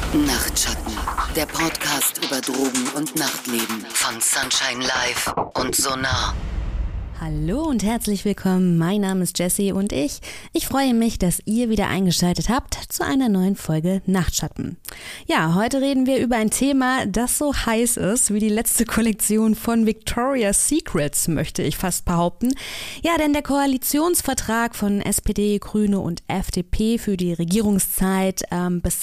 Nachtschatten, der Podcast über Drogen und Nachtleben von Sunshine Live und Sonar. Hallo und herzlich willkommen, mein Name ist Jessie und ich freue mich, dass ihr wieder eingeschaltet habt zu einer neuen Folge Nachtschatten. Ja, heute reden wir über ein Thema, das so heiß ist wie die letzte Kollektion von Victoria's Secrets, möchte ich fast behaupten. Ja, denn der Koalitionsvertrag von SPD, Grüne und FDP für die Regierungszeit bis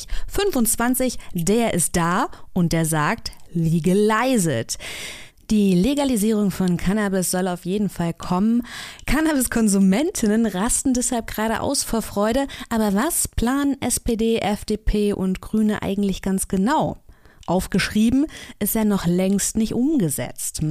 2025, der ist da und der sagt, legalize it. Die Legalisierung von Cannabis soll auf jeden Fall kommen. Cannabiskonsumentinnen rasten deshalb gerade aus vor Freude. Aber was planen SPD, FDP und Grüne eigentlich ganz genau? Aufgeschrieben ist ja noch längst nicht umgesetzt.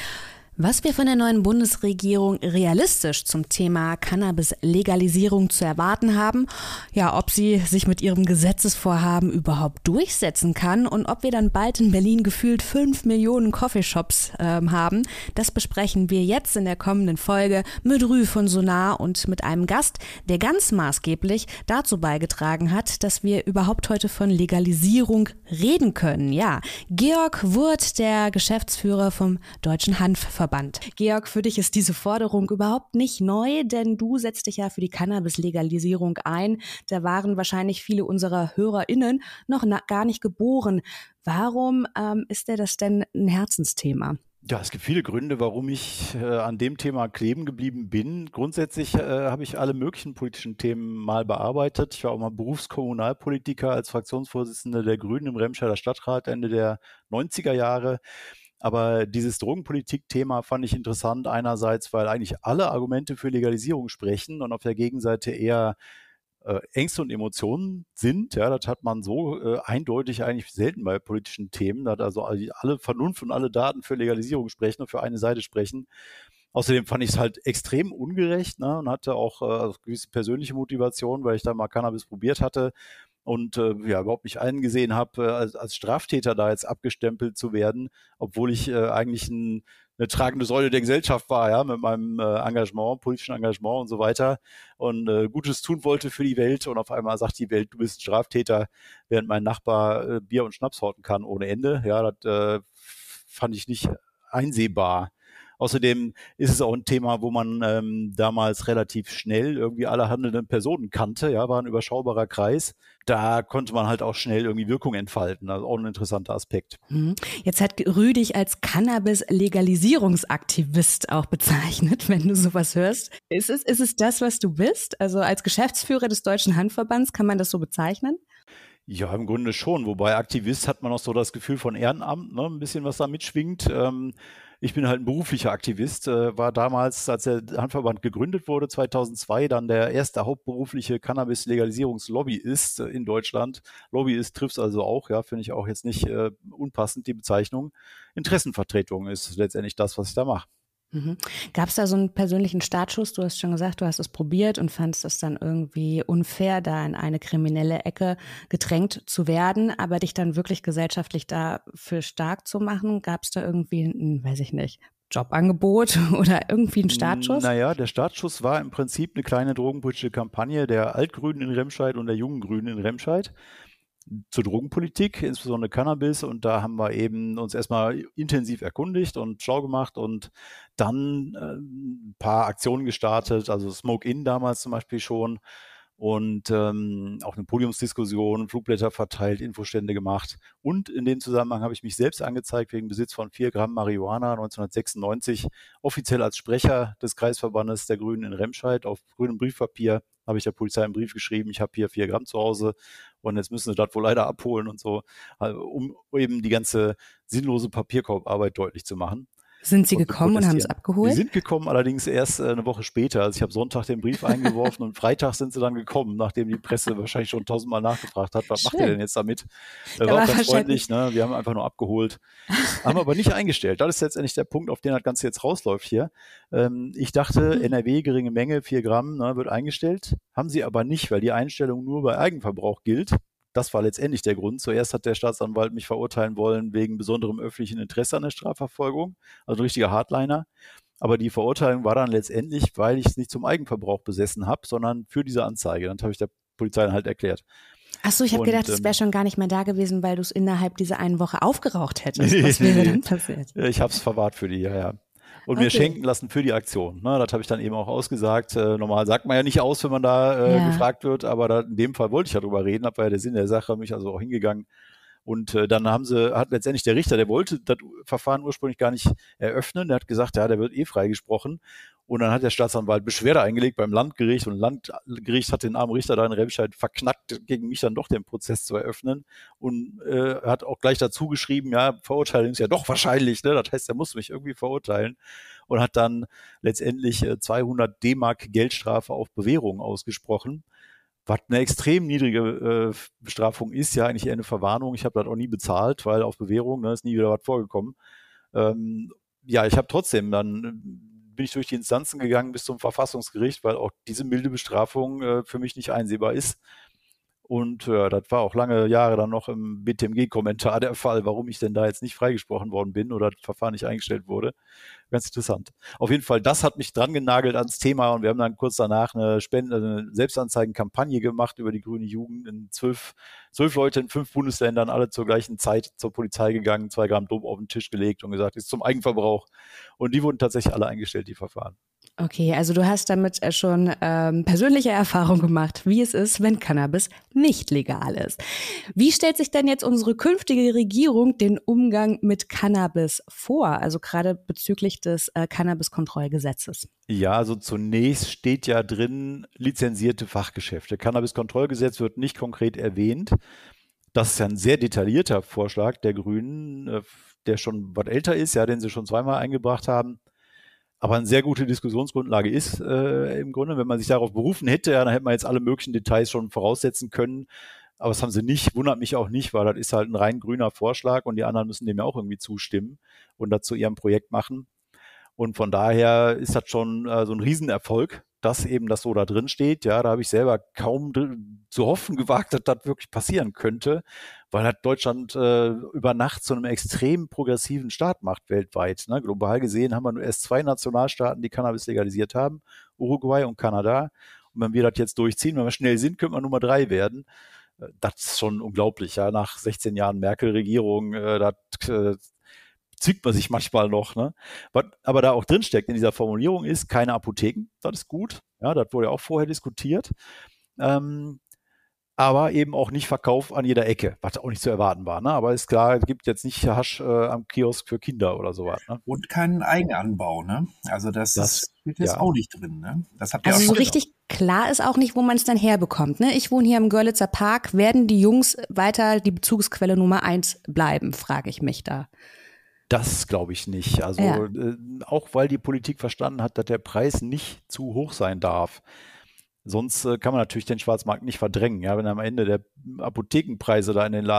Was wir von der neuen Bundesregierung realistisch zum Thema Cannabis-Legalisierung zu erwarten haben, ja, ob sie sich mit ihrem Gesetzesvorhaben überhaupt durchsetzen kann und ob wir dann bald in Berlin gefühlt 5 Millionen Coffeeshops haben, das besprechen wir jetzt in der kommenden Folge mit Rü von Sonar und mit einem Gast, der ganz maßgeblich dazu beigetragen hat, dass wir überhaupt heute von Legalisierung reden können. Ja, Georg Wurth, der Geschäftsführer vom Deutschen Hanfverband. Georg, für dich ist diese Forderung überhaupt nicht neu, denn du setzt dich ja für die Cannabis-Legalisierung ein. Da waren wahrscheinlich viele unserer HörerInnen noch gar nicht geboren. Warum ist dir das denn ein Herzensthema? Ja, es gibt viele Gründe, warum ich an dem Thema kleben geblieben bin. Grundsätzlich habe ich alle möglichen politischen Themen mal bearbeitet. Ich war auch mal Berufskommunalpolitiker als Fraktionsvorsitzender der Grünen im Remscheider Stadtrat Ende der 90er Jahre. Aber dieses Drogenpolitik-Thema fand ich interessant einerseits, weil eigentlich alle Argumente für Legalisierung sprechen und auf der Gegenseite eher Ängste und Emotionen sind. Ja, das hat man so eindeutig eigentlich selten bei politischen Themen. Da hat also alle Vernunft und alle Daten für Legalisierung sprechen und für eine Seite sprechen. Außerdem fand ich es halt extrem ungerecht, ne, und hatte auch gewisse persönliche Motivation, weil ich da mal Cannabis probiert hatte und überhaupt nicht eingesehen habe, als Straftäter da jetzt abgestempelt zu werden, obwohl ich eigentlich eine tragende Säule der Gesellschaft war, ja, mit meinem Engagement, politischen Engagement und so weiter und Gutes tun wollte für die Welt und auf einmal sagt die Welt, du bist ein Straftäter, während mein Nachbar Bier und Schnaps horten kann ohne Ende. Ja, das fand ich nicht einsehbar. Außerdem ist es auch ein Thema, wo man damals relativ schnell irgendwie alle handelnden Personen kannte, ja, war ein überschaubarer Kreis. Da konnte man halt auch schnell irgendwie Wirkung entfalten. Also auch ein interessanter Aspekt. Jetzt hat Rü dich als Cannabis-Legalisierungsaktivist auch bezeichnet, wenn du sowas hörst. Ist es das, was du bist? Also als Geschäftsführer des Deutschen Hanfverbands, kann man das so bezeichnen? Ja, im Grunde schon. Wobei Aktivist hat man auch so das Gefühl von Ehrenamt, ne? Ein bisschen was da mitschwingt. Ich bin halt ein beruflicher Aktivist, war damals, als der Hanfverband gegründet wurde, 2002, dann der erste hauptberufliche Cannabis-Legalisierungslobbyist in Deutschland. Lobbyist trifft es also auch, ja, finde ich auch jetzt nicht unpassend, die Bezeichnung. Interessenvertretung ist letztendlich das, was ich da mache. Gab es da so einen persönlichen Startschuss? Du hast schon gesagt, du hast es probiert und fandest es dann irgendwie unfair, da in eine kriminelle Ecke gedrängt zu werden, aber dich dann wirklich gesellschaftlich dafür stark zu machen? Gab es da irgendwie ein, weiß ich nicht, Jobangebot oder irgendwie einen Startschuss? Naja, der Startschuss war im Prinzip eine kleine drogenpolitische Kampagne der Altgrünen in Remscheid und der Jungen Grünen in Remscheid zur Drogenpolitik, insbesondere Cannabis. Und da haben wir eben uns erstmal intensiv erkundigt und schlau gemacht und dann ein paar Aktionen gestartet, also Smoke-In damals zum Beispiel schon und auch eine Podiumsdiskussion, Flugblätter verteilt, Infostände gemacht. Und in dem Zusammenhang habe ich mich selbst angezeigt wegen Besitz von 4 Gramm Marihuana 1996, offiziell als Sprecher des Kreisverbandes der Grünen in Remscheid auf grünem Briefpapier habe ich der Polizei einen Brief geschrieben, ich habe hier 4 Gramm zu Hause und jetzt müssen sie das wohl leider abholen und so, um eben die ganze sinnlose Papierkorbarbeit deutlich zu machen. Sind sie gekommen und haben es abgeholt? Die sind gekommen, allerdings erst eine Woche später. Also ich habe Sonntag den Brief eingeworfen und Freitag sind sie dann gekommen, nachdem die Presse wahrscheinlich schon 1000-mal nachgefragt hat, was macht ihr denn jetzt damit? War auch ganz freundlich, ne? Wir haben einfach nur abgeholt. Haben aber nicht eingestellt. Das ist letztendlich der Punkt, auf den das Ganze jetzt rausläuft hier. Ich dachte, NRW, geringe Menge, 4 Gramm, ne, wird eingestellt. Haben sie aber nicht, weil die Einstellung nur bei Eigenverbrauch gilt. Das war letztendlich der Grund. Zuerst hat der Staatsanwalt mich verurteilen wollen wegen besonderem öffentlichen Interesse an der Strafverfolgung, also ein richtiger Hardliner. Aber die Verurteilung war dann letztendlich, weil ich es nicht zum Eigenverbrauch besessen habe, sondern für diese Anzeige. Dann habe ich der Polizei dann halt erklärt. Ach so, ich habe gedacht, es wäre schon gar nicht mehr da gewesen, weil du es innerhalb dieser einen Woche aufgeraucht hättest. Was wäre dann passiert? Ich habe es verwahrt für die, ja. Und mir schenken lassen für die Aktion. Ne? Das habe ich dann eben auch ausgesagt. Normal sagt man ja nicht aus, wenn man da gefragt wird, aber in dem Fall wollte ich ja drüber reden, das war ja der Sinn der Sache, mich also auch hingegangen. Und dann hat letztendlich der Richter, der wollte das Verfahren ursprünglich gar nicht eröffnen, der hat gesagt, ja, der wird freigesprochen. Und dann hat der Staatsanwalt Beschwerde eingelegt beim Landgericht und Landgericht hat den armen Richter da in Remscheid verknackt, gegen mich dann doch den Prozess zu eröffnen und hat auch gleich dazu geschrieben, ja, Verurteilung ist ja doch wahrscheinlich, ne? Das heißt, er muss mich irgendwie verurteilen und hat dann letztendlich 200 D-Mark Geldstrafe auf Bewährung ausgesprochen, was eine extrem niedrige Bestrafung ist, ja eigentlich eher eine Verwarnung. Ich habe das auch nie bezahlt, weil auf Bewährung ist nie wieder was vorgekommen. Ich habe trotzdem dann bin ich durch die Instanzen gegangen bis zum Verfassungsgericht, weil auch diese milde Bestrafung für mich nicht einsehbar ist. Und das war auch lange Jahre dann noch im BTMG-Kommentar der Fall, warum ich denn da jetzt nicht freigesprochen worden bin oder das Verfahren nicht eingestellt wurde. Ganz interessant. Auf jeden Fall, das hat mich dran genagelt ans Thema und wir haben dann kurz danach eine Selbstanzeigenkampagne gemacht über die grüne Jugend. In 12 Leute in 5 Bundesländern, alle zur gleichen Zeit zur Polizei gegangen, 2 Gramm Dope auf den Tisch gelegt und gesagt, ist zum Eigenverbrauch. Und die wurden tatsächlich alle eingestellt, die Verfahren. Okay, also du hast damit schon persönliche Erfahrung gemacht, wie es ist, wenn Cannabis nicht legal ist. Wie stellt sich denn jetzt unsere künftige Regierung den Umgang mit Cannabis vor, also gerade bezüglich des Cannabis-Kontrollgesetzes? Ja, also zunächst steht ja drin lizenzierte Fachgeschäfte. Cannabis-Kontrollgesetz wird nicht konkret erwähnt. Das ist ja ein sehr detaillierter Vorschlag der Grünen, der schon was älter ist, ja, den sie schon zweimal eingebracht haben. Aber eine sehr gute Diskussionsgrundlage ist im Grunde, wenn man sich darauf berufen hätte, ja, dann hätte man jetzt alle möglichen Details schon voraussetzen können. Aber das haben sie nicht, wundert mich auch nicht, weil das ist halt ein rein grüner Vorschlag und die anderen müssen dem ja auch irgendwie zustimmen und das zu ihrem Projekt machen. Und von daher ist das schon so ein Riesenerfolg, dass eben das so da drin steht. Ja, da habe ich selber kaum zu hoffen gewagt, dass das wirklich passieren könnte, weil halt Deutschland über Nacht zu einem extrem progressiven Staat macht weltweit. Ne? Global gesehen haben wir nur erst 2 Nationalstaaten, die Cannabis legalisiert haben, Uruguay und Kanada. Und wenn wir das jetzt durchziehen, wenn wir schnell sind, könnte man Nummer 3 werden. Das ist schon unglaublich. Ja, nach 16 Jahren Merkel-Regierung, zwickt man sich manchmal noch. Ne? Was aber da auch drinsteckt in dieser Formulierung ist, keine Apotheken, das ist gut. Ja, das wurde ja auch vorher diskutiert. Aber eben auch nicht Verkauf an jeder Ecke, was auch nicht zu erwarten war. Ne? Aber ist klar, es gibt jetzt nicht Hasch am Kiosk für Kinder oder sowas. Ne? Und keinen Eigenanbau, ne? Also das steht jetzt auch nicht drin, ne? Das habt ihr also auch so richtig klar ist auch nicht, wo man es dann herbekommt. Ne? Ich wohne hier im Görlitzer Park. Werden die Jungs weiter die Bezugsquelle Nummer 1 bleiben, frage ich mich da. Das glaube ich nicht. Also auch weil die Politik verstanden hat, dass der Preis nicht zu hoch sein darf. Sonst kann man natürlich den Schwarzmarkt nicht verdrängen. Ja, wenn am Ende der Apothekenpreise da in den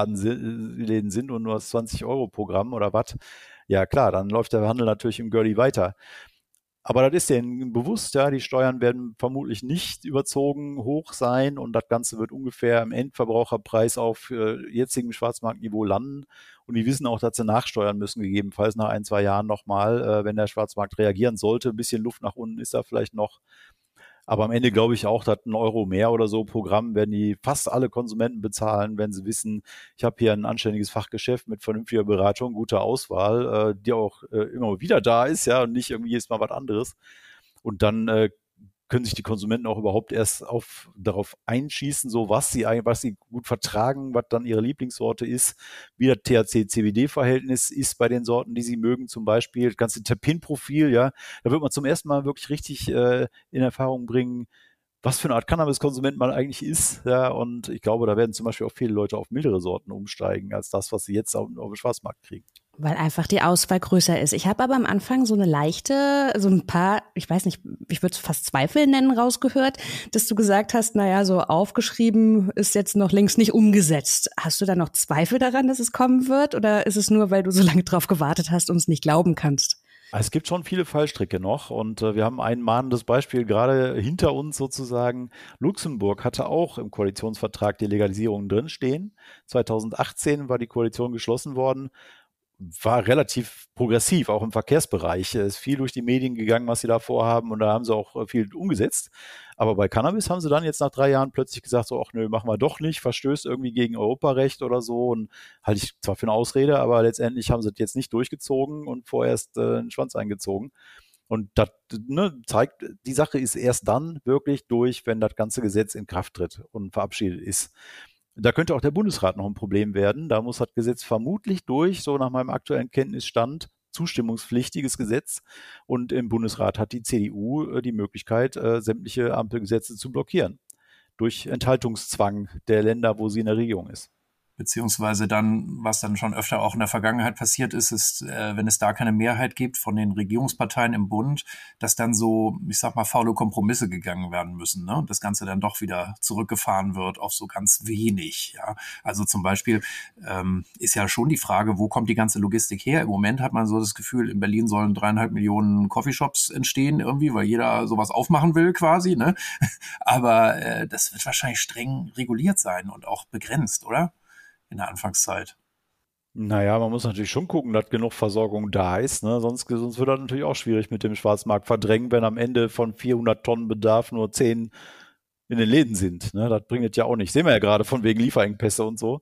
Läden sind und nur 20 € pro Gramm oder was, ja klar, dann läuft der Handel natürlich im Girlie weiter. Aber das ist denen bewusst, ja, die Steuern werden vermutlich nicht überzogen hoch sein und das Ganze wird ungefähr im Endverbraucherpreis auf jetzigem Schwarzmarktniveau landen. Und die wissen auch, dass sie nachsteuern müssen, gegebenenfalls nach 1, 2 Jahren nochmal, wenn der Schwarzmarkt reagieren sollte. Ein bisschen Luft nach unten ist da vielleicht noch. Aber am Ende glaube ich auch, dass 1 € mehr oder so pro Gramm werden die fast alle Konsumenten bezahlen, wenn sie wissen, ich habe hier ein anständiges Fachgeschäft mit vernünftiger Beratung, guter Auswahl, die auch immer wieder da ist, ja, und nicht irgendwie jedes Mal was anderes. Und dann können sich die Konsumenten auch überhaupt erst darauf einschießen, so was sie gut vertragen, was dann ihre Lieblingssorte ist, wie das THC-CBD-Verhältnis ist bei den Sorten, die sie mögen, zum Beispiel das ganze Terpenprofil, ja, da wird man zum ersten Mal wirklich richtig in Erfahrung bringen, was für eine Art Cannabis-Konsument man eigentlich ist, ja, und ich glaube, da werden zum Beispiel auch viele Leute auf mildere Sorten umsteigen, als das, was sie jetzt auf dem Schwarzmarkt kriegen. Weil einfach die Auswahl größer ist. Ich habe aber am Anfang so ein paar, ich weiß nicht, ich würde es fast Zweifel nennen, rausgehört, dass du gesagt hast, naja, so aufgeschrieben ist jetzt noch längst nicht umgesetzt. Hast du da noch Zweifel daran, dass es kommen wird? Oder ist es nur, weil du so lange drauf gewartet hast und es nicht glauben kannst? Es gibt schon viele Fallstricke noch und wir haben ein mahnendes Beispiel gerade hinter uns sozusagen. Luxemburg hatte auch im Koalitionsvertrag die Legalisierung drinstehen. 2018 war die Koalition geschlossen worden. War relativ progressiv, auch im Verkehrsbereich. Es ist viel durch die Medien gegangen, was sie da vorhaben und da haben sie auch viel umgesetzt. Aber bei Cannabis haben sie dann jetzt nach 3 Jahren plötzlich gesagt, so, ach nö, machen wir doch nicht, verstößt irgendwie gegen Europarecht oder so, und halte ich zwar für eine Ausrede, aber letztendlich haben sie das jetzt nicht durchgezogen und vorerst den Schwanz eingezogen. Und das zeigt, die Sache ist erst dann wirklich durch, wenn das ganze Gesetz in Kraft tritt und verabschiedet ist. Da könnte auch der Bundesrat noch ein Problem werden. Da muss das Gesetz vermutlich durch, so nach meinem aktuellen Kenntnisstand, zustimmungspflichtiges Gesetz. Und im Bundesrat hat die CDU die Möglichkeit, sämtliche Ampelgesetze zu blockieren. Durch Enthaltungszwang der Länder, wo sie in der Regierung ist. Beziehungsweise dann, was dann schon öfter auch in der Vergangenheit passiert ist, wenn es da keine Mehrheit gibt von den Regierungsparteien im Bund, dass dann so, ich sag mal, faule Kompromisse gegangen werden müssen, ne? Und das Ganze dann doch wieder zurückgefahren wird auf so ganz wenig, ja. Also zum Beispiel ist ja schon die Frage, wo kommt die ganze Logistik her? Im Moment hat man so das Gefühl, in Berlin sollen 3,5 Millionen Coffeeshops entstehen irgendwie, weil jeder sowas aufmachen will quasi, ne? Aber das wird wahrscheinlich streng reguliert sein und auch begrenzt, oder? In der Anfangszeit. Naja, man muss natürlich schon gucken, dass genug Versorgung da ist, ne? Sonst wird das natürlich auch schwierig mit dem Schwarzmarkt verdrängen, wenn am Ende von 400 Tonnen Bedarf nur 10 in den Läden sind. Ne? Das bringt es ja auch nicht. Sehen wir ja gerade von wegen Lieferengpässe und so.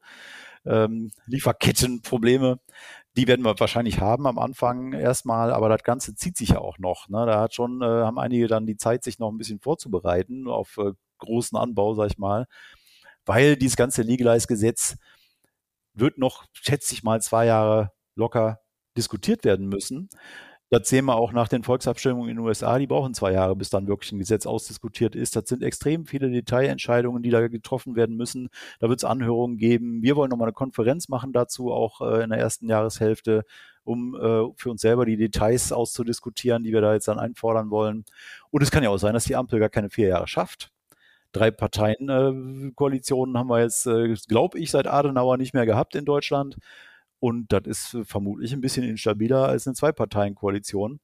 Lieferkettenprobleme, die werden wir wahrscheinlich haben am Anfang erstmal, aber das Ganze zieht sich ja auch noch. Ne? Da haben einige dann die Zeit, sich noch ein bisschen vorzubereiten auf großen Anbau, sag ich mal, weil dieses ganze Legalize-Gesetz wird noch, schätze ich mal, 2 Jahre locker diskutiert werden müssen. Das sehen wir auch nach den Volksabstimmungen in den USA, die brauchen 2 Jahre, bis dann wirklich ein Gesetz ausdiskutiert ist. Das sind extrem viele Detailentscheidungen, die da getroffen werden müssen. Da wird es Anhörungen geben. Wir wollen nochmal eine Konferenz machen dazu, auch in der ersten Jahreshälfte, um für uns selber die Details auszudiskutieren, die wir da jetzt dann einfordern wollen. Und es kann ja auch sein, dass die Ampel gar keine 4 Jahre schafft. 3 Parteien-Koalitionen haben wir jetzt, glaube ich, seit Adenauer nicht mehr gehabt in Deutschland. Und das ist vermutlich ein bisschen instabiler als eine 2-Parteien-Koalition.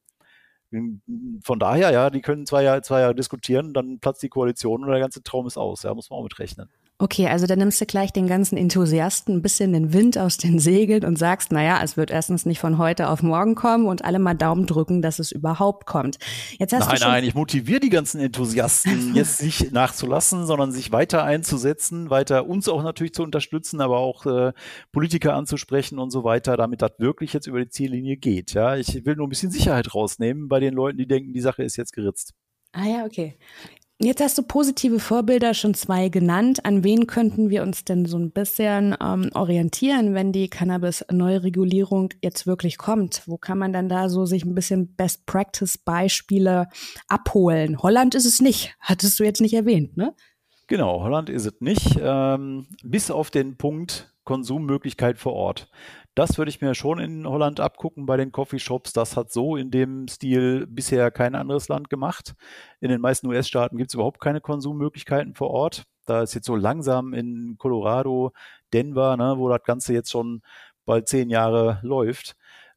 Von daher, ja, die können 2 Jahre diskutieren, dann platzt die Koalition und der ganze Traum ist aus. Ja, muss man auch mitrechnen. Okay, also dann nimmst du gleich den ganzen Enthusiasten ein bisschen den Wind aus den Segeln und sagst, naja, es wird erstens nicht von heute auf morgen kommen und alle mal Daumen drücken, dass es überhaupt kommt. Nein, ich motiviere die ganzen Enthusiasten, jetzt nicht nachzulassen, sondern sich weiter einzusetzen, weiter uns auch natürlich zu unterstützen, aber auch Politiker anzusprechen und so weiter, damit das wirklich jetzt über die Ziellinie geht. Ja, ich will nur ein bisschen Sicherheit rausnehmen bei den Leuten, die denken, die Sache ist jetzt geritzt. Ah ja, okay. Jetzt hast du positive Vorbilder, schon 2 genannt. An wen könnten wir uns denn so ein bisschen orientieren, wenn die Cannabis-Neuregulierung jetzt wirklich kommt? Wo kann man dann da so sich ein bisschen Best-Practice-Beispiele abholen? Holland ist es nicht, hattest du jetzt nicht erwähnt, ne? Genau, Holland ist es nicht, bis auf den Punkt Konsummöglichkeit vor Ort. Das würde ich mir schon in Holland abgucken bei den Coffeeshops. Das hat so in dem Stil bisher kein anderes Land gemacht. In den meisten US-Staaten gibt es überhaupt keine Konsummöglichkeiten vor Ort. Da ist jetzt so langsam in Colorado, Denver, ne, wo das Ganze jetzt schon bald 10 Jahre läuft.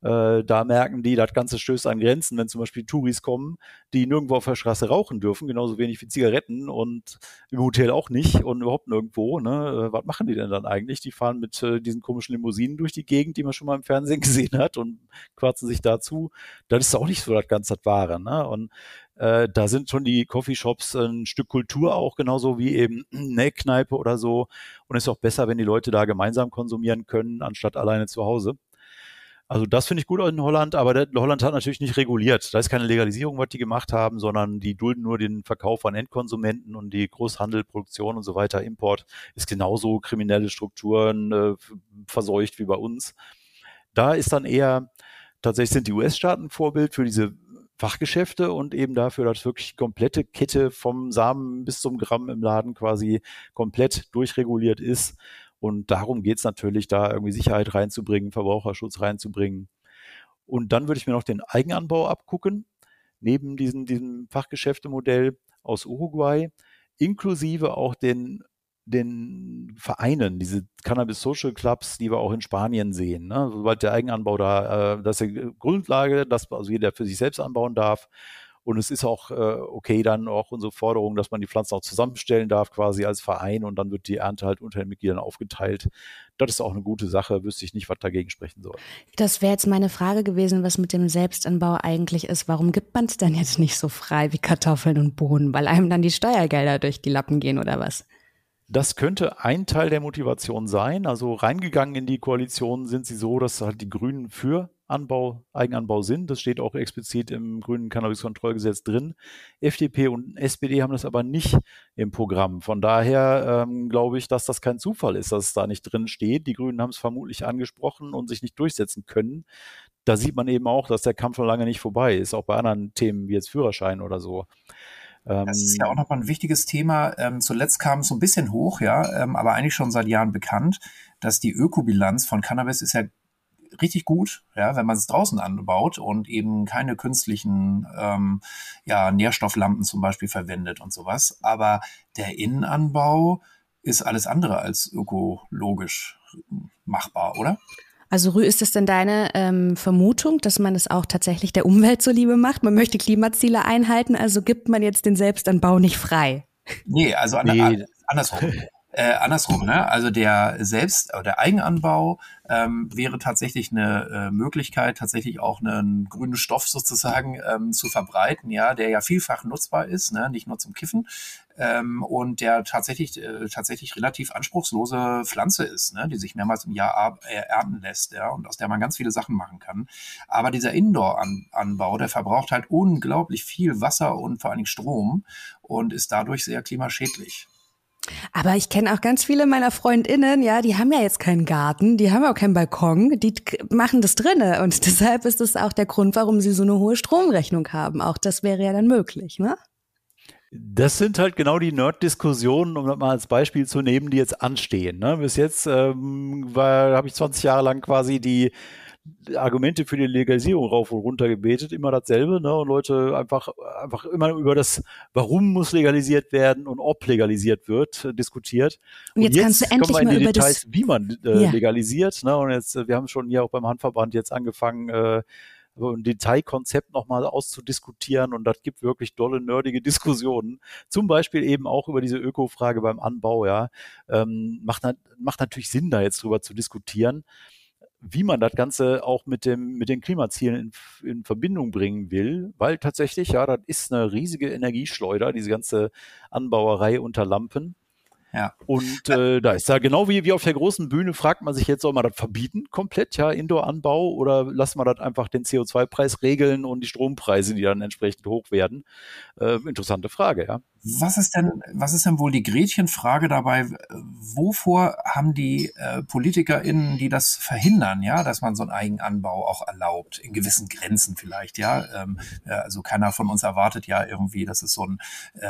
Da merken die, das Ganze stößt an Grenzen, wenn zum Beispiel Touris kommen, die nirgendwo auf der Straße rauchen dürfen, genauso wenig wie Zigaretten und im Hotel auch nicht und überhaupt nirgendwo. Ne? Was machen die denn dann eigentlich? Die fahren mit diesen komischen Limousinen durch die Gegend, die man schon mal im Fernsehen gesehen hat und quarzen sich dazu. Das ist auch nicht so das ganze Wahre. Ne? Und da sind schon die Coffeeshops ein Stück Kultur auch, genauso wie eben eine Kneipe oder so. Und es ist auch besser, wenn die Leute da gemeinsam konsumieren können, anstatt alleine zu Hause. Also das finde ich gut in Holland, aber Holland hat natürlich nicht reguliert. Da ist keine Legalisierung, was die gemacht haben, sondern die dulden nur den Verkauf an Endkonsumenten und die Großhandel, Produktion und so weiter, Import ist genauso kriminelle Strukturen verseucht wie bei uns. Da ist dann eher, tatsächlich sind die US-Staaten Vorbild für diese Fachgeschäfte und eben dafür, dass wirklich die komplette Kette vom Samen bis zum Gramm im Laden quasi komplett durchreguliert ist. Und darum geht es natürlich, da irgendwie Sicherheit reinzubringen, Verbraucherschutz reinzubringen. Und dann würde ich mir noch den Eigenanbau abgucken, neben diesem Fachgeschäftemodell aus Uruguay, inklusive auch den Vereinen, diese Cannabis Social Clubs, die wir auch in Spanien sehen. Ne? Sobald der Eigenanbau da, das ist die Grundlage, dass also jeder für sich selbst anbauen darf. Und es ist auch okay dann auch unsere Forderung, dass man die Pflanzen auch zusammenstellen darf quasi als Verein und dann wird die Ernte halt unter den Mitgliedern aufgeteilt. Das ist auch eine gute Sache, wüsste ich nicht, was dagegen sprechen soll. Das wäre jetzt meine Frage gewesen, was mit dem Selbstanbau eigentlich ist. Warum gibt man es denn jetzt nicht so frei wie Kartoffeln und Bohnen? Weil einem dann die Steuergelder durch die Lappen gehen oder was? Das könnte ein Teil der Motivation sein. Also reingegangen in die Koalition sind sie so, dass halt die Grünen für Eigenanbau sind. Das steht auch explizit im grünen Cannabiskontrollgesetz drin. FDP und SPD haben das aber nicht im Programm. Von daher glaube ich, dass das kein Zufall ist, dass es da nicht drin steht. Die Grünen haben es vermutlich angesprochen und sich nicht durchsetzen können. Da sieht man eben auch, dass der Kampf noch lange nicht vorbei ist, auch bei anderen Themen wie jetzt Führerschein oder so. Das ist ja auch nochmal ein wichtiges Thema. Zuletzt kam es so ein bisschen hoch, ja, aber eigentlich schon seit Jahren bekannt, dass die Ökobilanz von Cannabis ist ja richtig gut, ja, wenn man es draußen anbaut und eben keine künstlichen Nährstofflampen zum Beispiel verwendet und sowas. Aber der Innenanbau ist alles andere als ökologisch machbar, oder? Also Rü, ist das denn deine Vermutung, dass man es auch tatsächlich der Umwelt zuliebe macht? Man möchte Klimaziele einhalten, also gibt man jetzt den Selbstanbau nicht frei? Nee, also andersrum. Andersrum, ne? Also der Eigenanbau wäre tatsächlich eine Möglichkeit, tatsächlich auch einen grünen Stoff sozusagen zu verbreiten, ja, der ja vielfach nutzbar ist, ne? Nicht nur zum Kiffen, und der tatsächlich relativ anspruchslose Pflanze ist, ne? Die sich mehrmals im Jahr ernten lässt, ja, und aus der man ganz viele Sachen machen kann. Aber dieser Indoor-Anbau, der verbraucht halt unglaublich viel Wasser und vor allen Dingen Strom und ist dadurch sehr klimaschädlich. Aber ich kenne auch ganz viele meiner FreundInnen, ja, die haben ja jetzt keinen Garten, die haben auch keinen Balkon, die machen das drinne und deshalb ist das auch der Grund, warum sie so eine hohe Stromrechnung haben. Auch das wäre ja dann möglich, ne? Das sind halt genau die Nerd-Diskussionen, um das mal als Beispiel zu nehmen, die jetzt anstehen. Ne? Bis jetzt habe ich 20 Jahre lang quasi die Argumente für die Legalisierung rauf und runter gebetet, immer dasselbe, ne? Und Leute einfach immer über das, warum muss legalisiert werden und ob legalisiert wird, diskutiert. Und jetzt kannst du endlich kommen wir in mal die über Details, das, wie man legalisiert, ne? Und jetzt, wir haben schon hier auch beim Handverband jetzt angefangen, ein Detailkonzept nochmal auszudiskutieren und das gibt wirklich dolle, nerdige Diskussionen. Zum Beispiel eben auch über diese Öko-Frage beim Anbau, ja. Macht natürlich Sinn, da jetzt drüber zu diskutieren, wie man das Ganze auch mit den Klimazielen in Verbindung bringen will, weil tatsächlich, ja, das ist eine riesige Energieschleuder, diese ganze Anbauerei unter Lampen. Ja. Und da ist da genau wie auf der großen Bühne, fragt man sich jetzt, soll man das verbieten komplett, ja, Indoor-Anbau, oder lassen wir das einfach den CO2-Preis regeln und die Strompreise, die dann entsprechend hoch werden? Interessante Frage, ja. Was ist denn wohl die Gretchenfrage dabei? Wovor haben die PolitikerInnen, die das verhindern, ja, dass man so einen Eigenanbau auch erlaubt, in gewissen Grenzen vielleicht, ja? Also keiner von uns erwartet ja irgendwie, dass es so ein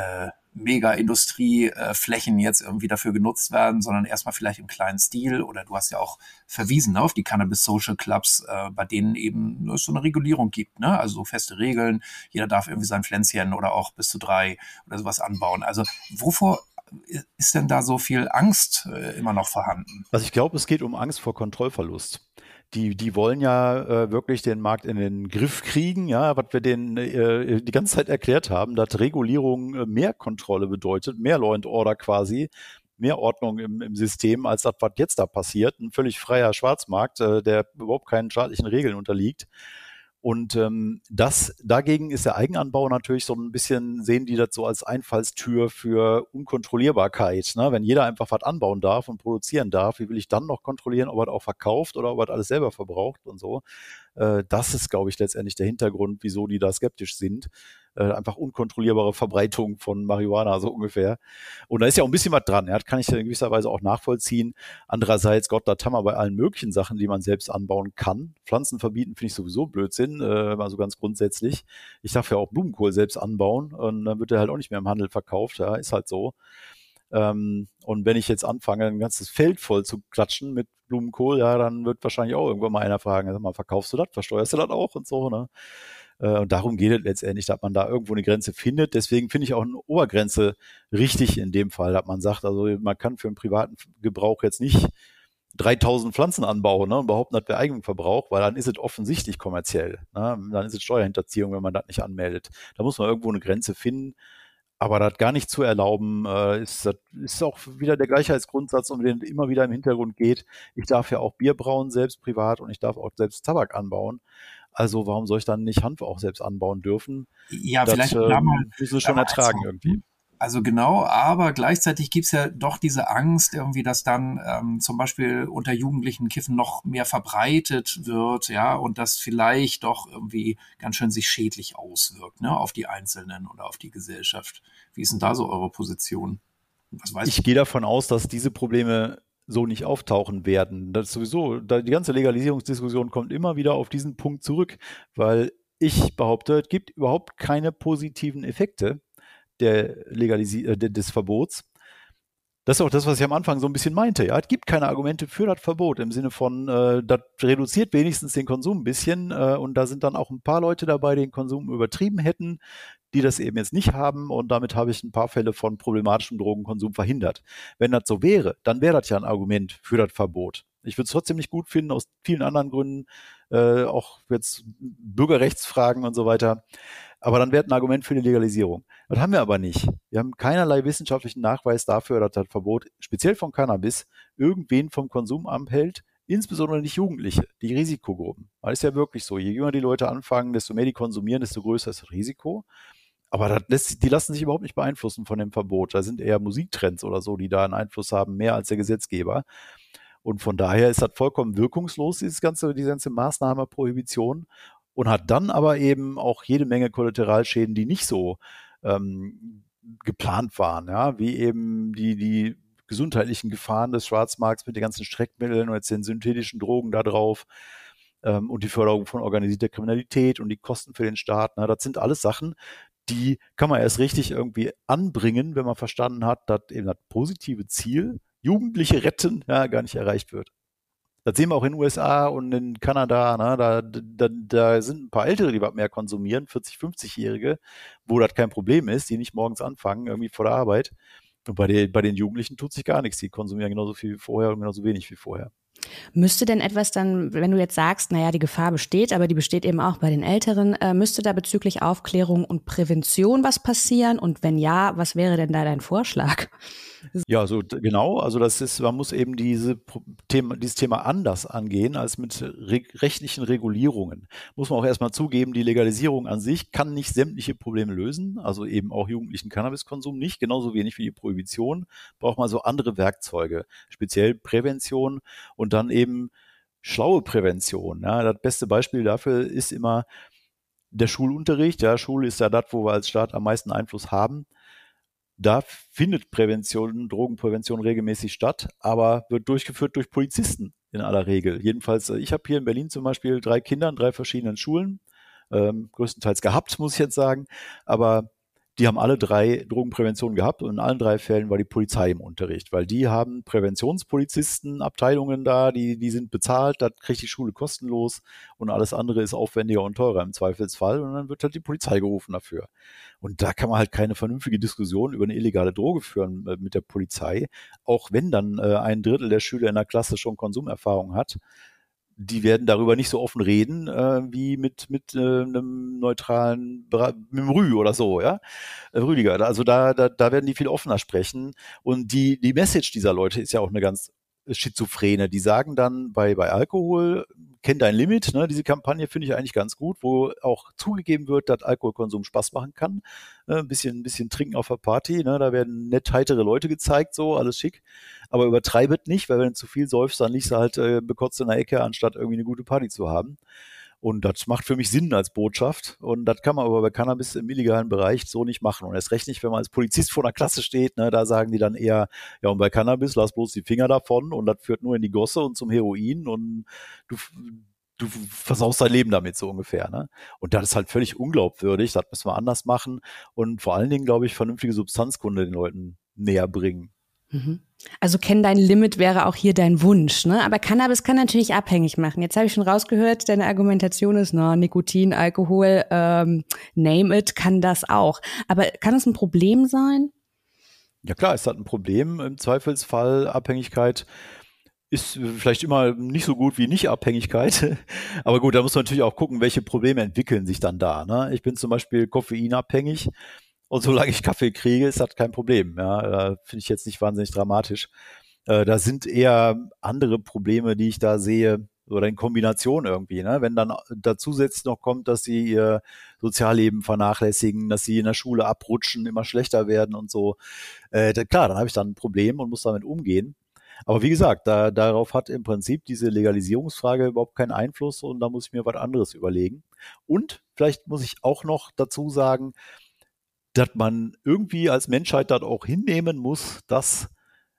Mega-Industrieflächen jetzt irgendwie dafür genutzt werden, sondern erstmal vielleicht im kleinen Stil. Oder du hast ja auch verwiesen, ne, auf die Cannabis Social Clubs, bei denen eben es so eine Regulierung gibt, ne? Also so feste Regeln, jeder darf irgendwie sein Pflänzchen oder auch bis zu 3 oder sowas anbauen. Also wovor ist denn da so viel Angst immer noch vorhanden? Also ich glaube, es geht um Angst vor Kontrollverlust. Die wollen ja wirklich den Markt in den Griff kriegen, ja, was wir denen die ganze Zeit erklärt haben, dass Regulierung mehr Kontrolle bedeutet, mehr Law and Order quasi, mehr Ordnung im System, als das, was jetzt da passiert. Ein völlig freier Schwarzmarkt, der überhaupt keinen staatlichen Regeln unterliegt. Und dagegen ist der Eigenanbau natürlich so ein bisschen, sehen die das so als Einfallstür für Unkontrollierbarkeit. Ne? Wenn jeder einfach was anbauen darf und produzieren darf, wie will ich dann noch kontrollieren, ob er das auch verkauft oder ob er das alles selber verbraucht und so. Das ist, glaube ich, letztendlich der Hintergrund, wieso die da skeptisch sind. Einfach unkontrollierbare Verbreitung von Marihuana, so ungefähr. Und da ist ja auch ein bisschen was dran. Ja, das kann ich in gewisser Weise auch nachvollziehen. Andererseits, Gott, das haben wir bei allen möglichen Sachen, die man selbst anbauen kann. Pflanzen verbieten finde ich sowieso Blödsinn, also ganz grundsätzlich. Ich darf ja auch Blumenkohl selbst anbauen und dann wird der halt auch nicht mehr im Handel verkauft. Ja, ist halt so. Und wenn ich jetzt anfange, ein ganzes Feld voll zu klatschen mit Blumenkohl, ja, dann wird wahrscheinlich auch irgendwann mal einer fragen, sag mal, verkaufst du das, versteuerst du das auch und so, ne? Und darum geht es letztendlich, dass man da irgendwo eine Grenze findet. Deswegen finde ich auch eine Obergrenze richtig in dem Fall, dass man sagt, also man kann für einen privaten Gebrauch jetzt nicht 3000 Pflanzen anbauen, ne, und behaupten, das wäre Eigenverbrauch, weil dann ist es offensichtlich kommerziell. Ne? Dann ist es Steuerhinterziehung, wenn man das nicht anmeldet. Da muss man irgendwo eine Grenze finden. Aber das gar nicht zu erlauben, ist auch wieder der Gleichheitsgrundsatz, um den immer wieder im Hintergrund geht. Ich darf ja auch Bier brauen, selbst privat, und ich darf auch selbst Tabak anbauen. Also warum soll ich dann nicht Hanf auch selbst anbauen dürfen? Ja, Das vielleicht da mal, müssen wir schon ertragen irgendwie. Also genau, aber gleichzeitig gibt's ja doch diese Angst irgendwie, dass dann zum Beispiel unter Jugendlichen Kiffen noch mehr verbreitet wird, ja, und das vielleicht doch irgendwie ganz schön sich schädlich auswirkt, ne, auf die Einzelnen oder auf die Gesellschaft. Wie ist denn da so eure Position? Was weißt Ich gehe davon aus, dass diese Probleme so nicht auftauchen werden. Das ist sowieso, die ganze Legalisierungsdiskussion kommt immer wieder auf diesen Punkt zurück, weil ich behaupte, es gibt überhaupt keine positiven Effekte des Verbots. Das ist auch das, was ich am Anfang so ein bisschen meinte. Ja, es gibt keine Argumente für das Verbot im Sinne von, das reduziert wenigstens den Konsum ein bisschen, und da sind dann auch ein paar Leute dabei, die den Konsum übertrieben hätten, die das eben jetzt nicht haben, und damit habe ich ein paar Fälle von problematischem Drogenkonsum verhindert. Wenn das so wäre, dann wäre das ja ein Argument für das Verbot. Ich würde es trotzdem nicht gut finden, aus vielen anderen Gründen, auch jetzt Bürgerrechtsfragen und so weiter. Aber dann wäre ein Argument für die Legalisierung. Das haben wir aber nicht. Wir haben keinerlei wissenschaftlichen Nachweis dafür, dass das Verbot, speziell von Cannabis, irgendwen vom Konsum abhält, insbesondere nicht Jugendliche, die Risikogruppen. Weil es ist ja wirklich so, je jünger die Leute anfangen, desto mehr die konsumieren, desto größer ist das Risiko. Aber die lassen sich überhaupt nicht beeinflussen von dem Verbot. Da sind eher Musiktrends oder so, die da einen Einfluss haben, mehr als der Gesetzgeber. Und von daher ist das vollkommen wirkungslos, diese ganze Maßnahme Prohibition, und hat dann aber eben auch jede Menge Kollateralschäden, die nicht so geplant waren, ja, wie eben die gesundheitlichen Gefahren des Schwarzmarkts mit den ganzen Streckmitteln und jetzt den synthetischen Drogen da drauf, und die Förderung von organisierter Kriminalität und die Kosten für den Staat. Na, das sind alles Sachen, die kann man erst richtig irgendwie anbringen, wenn man verstanden hat, dass eben das positive Ziel, Jugendliche retten, ja, gar nicht erreicht wird. Das sehen wir auch in den USA und in Kanada, ne? Da sind ein paar Ältere, die was mehr konsumieren, 40-, 50-Jährige, wo das kein Problem ist, die nicht morgens anfangen, irgendwie vor der Arbeit. Und bei den Jugendlichen tut sich gar nichts. Die konsumieren genauso viel wie vorher und genauso wenig wie vorher. Müsste denn etwas dann, wenn du jetzt sagst, naja, die Gefahr besteht, aber die besteht eben auch bei den Älteren, müsste da bezüglich Aufklärung und Prävention was passieren? Und wenn ja, was wäre denn da dein Vorschlag? Ja, so genau. Also man muss eben dieses Thema anders angehen als mit rechtlichen Regulierungen. Muss man auch erstmal zugeben, die Legalisierung an sich kann nicht sämtliche Probleme lösen, also eben auch jugendlichen Cannabiskonsum nicht, genauso wenig wie die Prohibition. Braucht man so andere Werkzeuge, speziell Prävention und dann eben schlaue Prävention. Ja, das beste Beispiel dafür ist immer der Schulunterricht. Ja, Schule ist ja das, wo wir als Staat am meisten Einfluss haben. Da findet Drogenprävention regelmäßig statt, aber wird durchgeführt durch Polizisten in aller Regel. Jedenfalls, ich habe hier in Berlin zum Beispiel 3 Kinder in 3 verschiedenen Schulen, größtenteils gehabt, muss ich jetzt sagen, aber die haben alle 3 Drogenprävention gehabt und in allen 3 Fällen war die Polizei im Unterricht, weil die haben Präventionspolizisten, Abteilungen da, die sind bezahlt, da kriegt die Schule kostenlos und alles andere ist aufwendiger und teurer im Zweifelsfall und dann wird halt die Polizei gerufen dafür. Und da kann man halt keine vernünftige Diskussion über eine illegale Droge führen mit der Polizei, auch wenn dann 1/3 der Schüler in der Klasse schon Konsumerfahrung hat. Die werden darüber nicht so offen reden, wie mit einem neutralen, mit dem Rü oder so, ja. Rüdiger. Also da werden die viel offener sprechen. Und die Message dieser Leute ist ja auch eine ganz schizophrene. Die sagen dann bei Alkohol, kenn dein Limit, ne? Diese Kampagne finde ich eigentlich ganz gut, wo auch zugegeben wird, dass Alkoholkonsum Spaß machen kann. Ein bisschen trinken auf der Party, ne? Da werden nett heitere Leute gezeigt, so, alles schick. Aber übertreibet nicht, weil wenn du zu viel säufst, dann liegst du halt bekotzt in der Ecke, anstatt irgendwie eine gute Party zu haben. Und das macht für mich Sinn als Botschaft. Und das kann man aber bei Cannabis im illegalen Bereich so nicht machen. Und erst recht nicht, wenn man als Polizist vor einer Klasse steht, ne, da sagen die dann eher, ja, und bei Cannabis lass bloß die Finger davon und das führt nur in die Gosse und zum Heroin und du versaust dein Leben damit so ungefähr. Ne? Und das ist halt völlig unglaubwürdig. Das müssen wir anders machen. Und vor allen Dingen, glaube ich, vernünftige Substanzkunde den Leuten näher bringen. Also kenn dein Limit wäre auch hier dein Wunsch, ne? Aber Cannabis kann natürlich abhängig machen. Jetzt habe ich schon rausgehört, deine Argumentation ist, Nikotin, Alkohol, name it, kann das auch. Aber kann es ein Problem sein? Ja klar, es hat ein Problem. Im Zweifelsfall Abhängigkeit ist vielleicht immer nicht so gut wie Nicht-Abhängigkeit. Aber gut, da muss man natürlich auch gucken, welche Probleme entwickeln sich dann da. Ne? Ich bin zum Beispiel koffeinabhängig und solange ich Kaffee kriege, ist das kein Problem. Ja? Finde ich jetzt nicht wahnsinnig dramatisch. Da sind eher andere Probleme, die ich da sehe, oder in Kombination irgendwie. Ne? Wenn dann dazu zusätzlich noch kommt, dass sie ihr Sozialleben vernachlässigen, dass sie in der Schule abrutschen, immer schlechter werden und so. Klar, dann habe ich dann ein Problem und muss damit umgehen. Aber wie gesagt, darauf hat im Prinzip diese Legalisierungsfrage überhaupt keinen Einfluss und da muss ich mir was anderes überlegen. Und vielleicht muss ich auch noch dazu sagen, dass man irgendwie als Menschheit das auch hinnehmen muss, dass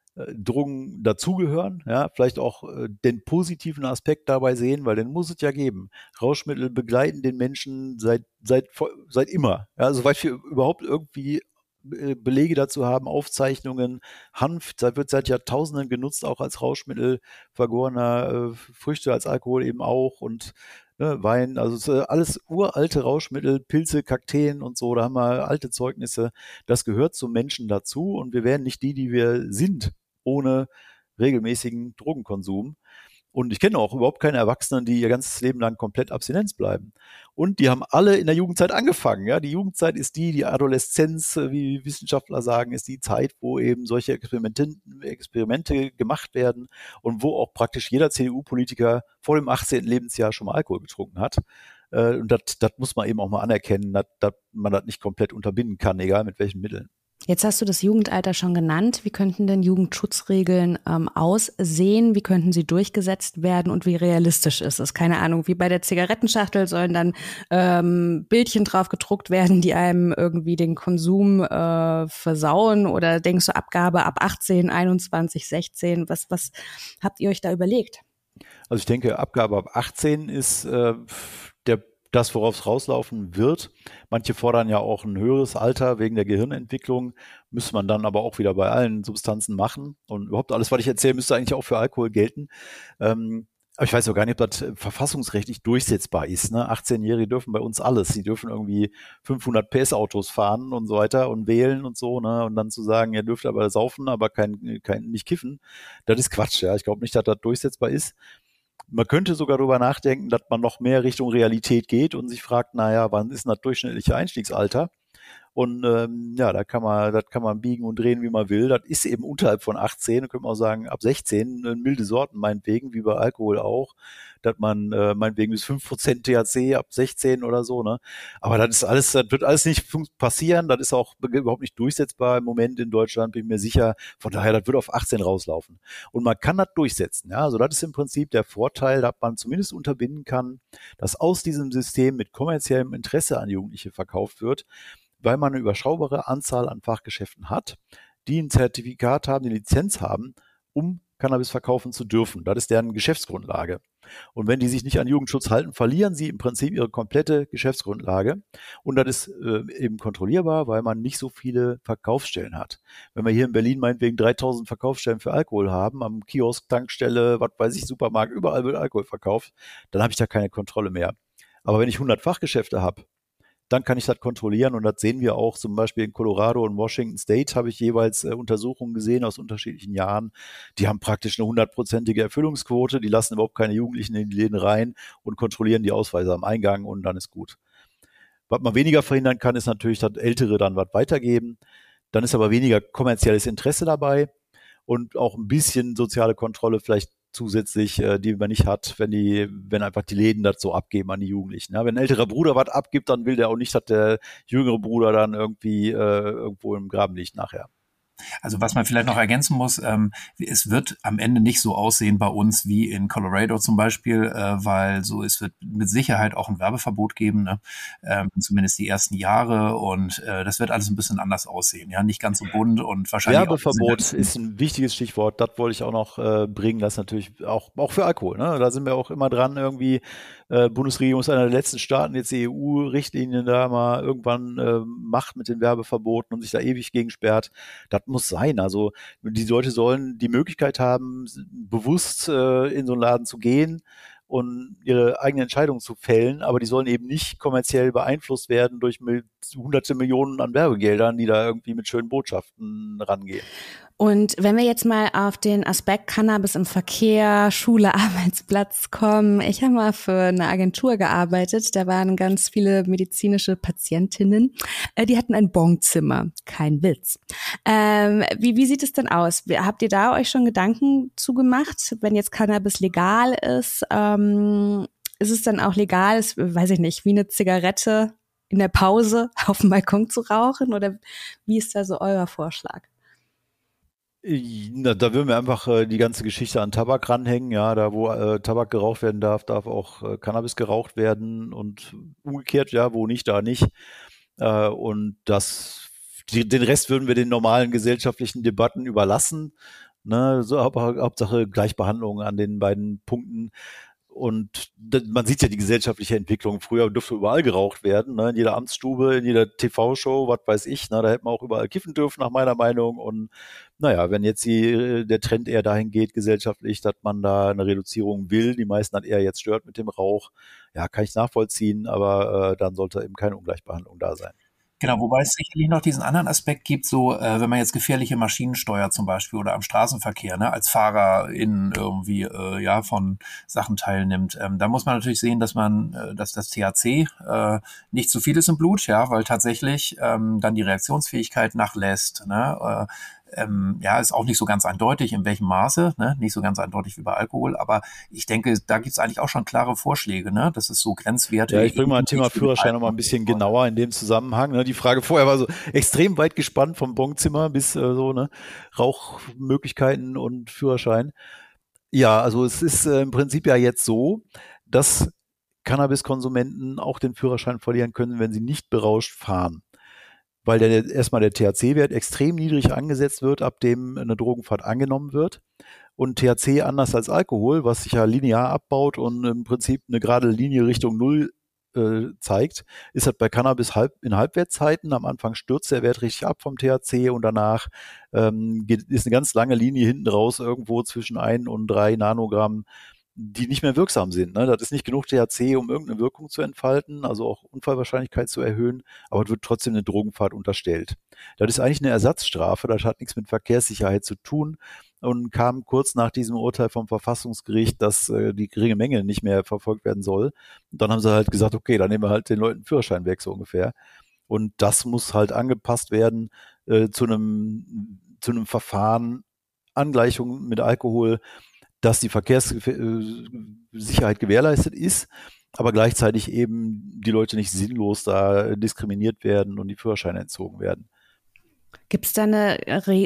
Drogen dazugehören, ja, vielleicht auch den positiven Aspekt dabei sehen, weil den muss es ja geben. Rauschmittel begleiten den Menschen seit immer, ja, soweit wir überhaupt irgendwie Belege dazu haben, Aufzeichnungen. Hanf wird seit Jahrtausenden genutzt, auch als Rauschmittel, vergorener Früchte als Alkohol eben auch und ne, Wein, also es ist alles uralte Rauschmittel, Pilze, Kakteen und so, da haben wir alte Zeugnisse. Das gehört zum Menschen dazu und wir wären nicht die wir sind, ohne regelmäßigen Drogenkonsum. Und ich kenne auch überhaupt keine Erwachsenen, die ihr ganzes Leben lang komplett Abstinenz bleiben. Und die haben alle in der Jugendzeit angefangen. Ja? Die Jugendzeit ist die Adoleszenz, wie Wissenschaftler sagen, ist die Zeit, wo eben solche Experimente gemacht werden und wo auch praktisch jeder CDU-Politiker vor dem 18. Lebensjahr schon mal Alkohol getrunken hat. Und das muss man eben auch mal anerkennen, dass man das nicht komplett unterbinden kann, egal mit welchen Mitteln. Jetzt hast du das Jugendalter schon genannt. Wie könnten denn Jugendschutzregeln aussehen? Wie könnten sie durchgesetzt werden und wie realistisch ist es? Keine Ahnung, wie bei der Zigarettenschachtel sollen dann Bildchen drauf gedruckt werden, die einem irgendwie den Konsum versauen? Oder denkst du Abgabe ab 18, 21, 16? Was habt ihr euch da überlegt? Also ich denke, Abgabe ab 18 ist das, worauf es rauslaufen wird. Manche fordern ja auch ein höheres Alter wegen der Gehirnentwicklung. Müsste man dann aber auch wieder bei allen Substanzen machen. Und überhaupt alles, was ich erzähle, müsste eigentlich auch für Alkohol gelten. Aber ich weiß auch gar nicht, ob das verfassungsrechtlich durchsetzbar ist. Ne? 18-Jährige dürfen bei uns alles. Sie dürfen irgendwie 500 PS-Autos fahren und so weiter und wählen und so. Ne? Und dann zu sagen, ihr dürft aber saufen, aber nicht kiffen, das ist Quatsch. Ja? Ich glaube nicht, dass das durchsetzbar ist. Man könnte sogar darüber nachdenken, dass man noch mehr Richtung Realität geht und sich fragt, naja, wann ist denn das durchschnittliche Einstiegsalter? Und ja, das kann man biegen und drehen, wie man will. Das ist eben unterhalb von 18, da könnte man auch sagen, ab 16, milde Sorten meinetwegen, wie bei Alkohol auch, dass man meinetwegen bis 5% THC ab 16 oder so, ne? Aber das wird alles nicht passieren, das ist auch überhaupt nicht durchsetzbar im Moment in Deutschland, bin ich mir sicher. Von daher, das wird auf 18 rauslaufen. Und man kann das durchsetzen, ja. Also das ist im Prinzip der Vorteil, dass man zumindest unterbinden kann, dass aus diesem System mit kommerziellem Interesse an Jugendliche verkauft wird, weil man eine überschaubare Anzahl an Fachgeschäften hat, die ein Zertifikat haben, die Lizenz haben, um Cannabis verkaufen zu dürfen. Das ist deren Geschäftsgrundlage. Und wenn die sich nicht an Jugendschutz halten, verlieren sie im Prinzip ihre komplette Geschäftsgrundlage. Und das ist eben kontrollierbar, weil man nicht so viele Verkaufsstellen hat. Wenn wir hier in Berlin meinetwegen 3000 Verkaufsstellen für Alkohol haben, am Kiosk, Tankstelle, was weiß ich, Supermarkt, überall wird Alkohol verkauft, dann habe ich da keine Kontrolle mehr. Aber wenn ich 100 Fachgeschäfte habe, dann kann ich das kontrollieren und das sehen wir auch zum Beispiel in Colorado und Washington State habe ich jeweils Untersuchungen gesehen aus unterschiedlichen Jahren. Die haben praktisch eine 100%ige Erfüllungsquote, die lassen überhaupt keine Jugendlichen in die Läden rein und kontrollieren die Ausweise am Eingang und dann ist gut. Was man weniger verhindern kann, ist natürlich, dass Ältere dann was weitergeben. Dann ist aber weniger kommerzielles Interesse dabei und auch ein bisschen soziale Kontrolle vielleicht zusätzlich, die man nicht hat, wenn einfach die Läden das so abgeben an die Jugendlichen. Ja, wenn ein älterer Bruder was abgibt, dann will der auch nicht, dass der jüngere Bruder dann irgendwie irgendwo im Graben liegt nachher. Also was man vielleicht noch ergänzen muss, es wird am Ende nicht so aussehen bei uns wie in Colorado zum Beispiel, weil es wird mit Sicherheit auch ein Werbeverbot geben, ne? Zumindest die ersten Jahre und das wird alles ein bisschen anders aussehen, ja, nicht ganz so bunt und wahrscheinlich Werbeverbot ist ein wichtiges Stichwort, das wollte ich auch noch bringen, das natürlich auch für Alkohol, ne? Da sind wir auch immer dran irgendwie, Bundesregierung ist einer der letzten Staaten, jetzt die EU-Richtlinien da mal irgendwann macht mit den Werbeverboten und sich da ewig gegen sperrt. Das muss sein. Also die Leute sollen die Möglichkeit haben, bewusst in so einen Laden zu gehen und ihre eigene Entscheidung zu fällen, aber die sollen eben nicht kommerziell beeinflusst werden durch hunderte Millionen an Werbegeldern, die da irgendwie mit schönen Botschaften rangehen. Und wenn wir jetzt mal auf den Aspekt Cannabis im Verkehr, Schule, Arbeitsplatz kommen. Ich habe mal für eine Agentur gearbeitet, da waren ganz viele medizinische Patientinnen, die hatten ein Bonzimmer, kein Witz. Wie sieht es denn aus? Habt ihr da euch schon Gedanken zugemacht, wenn jetzt Cannabis legal ist? Ist es dann auch legal, weiß ich nicht, wie eine Zigarette in der Pause auf dem Balkon zu rauchen? Oder wie ist da so euer Vorschlag? Da würden wir einfach die ganze Geschichte an Tabak ranhängen. Ja, da wo Tabak geraucht werden darf, darf auch Cannabis geraucht werden und umgekehrt, ja, wo nicht, da nicht. Und den Rest würden wir den normalen gesellschaftlichen Debatten überlassen. Ne, so, Hauptsache Gleichbehandlung an den beiden Punkten. Und man sieht ja die gesellschaftliche Entwicklung. Früher durfte überall geraucht werden, ne? In jeder Amtsstube, in jeder TV-Show, was weiß ich. Ne? Da hätte man auch überall kiffen dürfen, nach meiner Meinung. Und naja, wenn jetzt der Trend eher dahin geht, gesellschaftlich, dass man da eine Reduzierung will, die meisten hat eher jetzt stört mit dem Rauch, ja, kann ich nachvollziehen, aber dann sollte eben keine Ungleichbehandlung da sein. Genau, wobei es sicherlich noch diesen anderen Aspekt gibt, so wenn man jetzt gefährliche Maschinen steuert zum Beispiel oder am Straßenverkehr, ne, als Fahrer in irgendwie von Sachen teilnimmt, da muss man natürlich sehen, dass das THC nicht zu viel ist im Blut, ja, weil tatsächlich dann die Reaktionsfähigkeit nachlässt, ne, ist auch nicht so ganz eindeutig, in welchem Maße, ne? Nicht so ganz eindeutig wie bei Alkohol, aber ich denke, da gibt es eigentlich auch schon klare Vorschläge, ne? Das ist so Grenzwerte. Ja, ich bringe mal ein Thema Führerschein noch mal ein bisschen genauer in dem Zusammenhang. Ne? Die Frage vorher war so extrem weit gespannt, vom Bonzimmer bis Rauchmöglichkeiten und Führerschein. Ja, also es ist im Prinzip ja jetzt so, dass Cannabiskonsumenten auch den Führerschein verlieren können, wenn sie nicht berauscht fahren. Weil erstmal der THC-Wert extrem niedrig angesetzt wird, ab dem eine Drogenfahrt angenommen wird. Und THC, anders als Alkohol, was sich ja linear abbaut und im Prinzip eine gerade Linie Richtung Null zeigt, ist halt bei Cannabis in Halbwertszeiten. Am Anfang stürzt der Wert richtig ab vom THC und danach ist eine ganz lange Linie hinten raus, irgendwo zwischen 1 und 3 Nanogramm, die nicht mehr wirksam sind. Ne? Das ist nicht genug THC, um irgendeine Wirkung zu entfalten, also auch Unfallwahrscheinlichkeit zu erhöhen, aber es wird trotzdem eine Drogenfahrt unterstellt. Das ist eigentlich eine Ersatzstrafe, das hat nichts mit Verkehrssicherheit zu tun und kam kurz nach diesem Urteil vom Verfassungsgericht, dass die geringe Menge nicht mehr verfolgt werden soll. Und dann haben sie halt gesagt, okay, dann nehmen wir halt den Leuten Führerschein weg, so ungefähr. Und das muss halt angepasst werden zu einem Verfahren, Angleichung mit Alkohol, dass die Verkehrssicherheit gewährleistet ist, aber gleichzeitig eben die Leute nicht sinnlos da diskriminiert werden und die Führerscheine entzogen werden. Gibt es da eine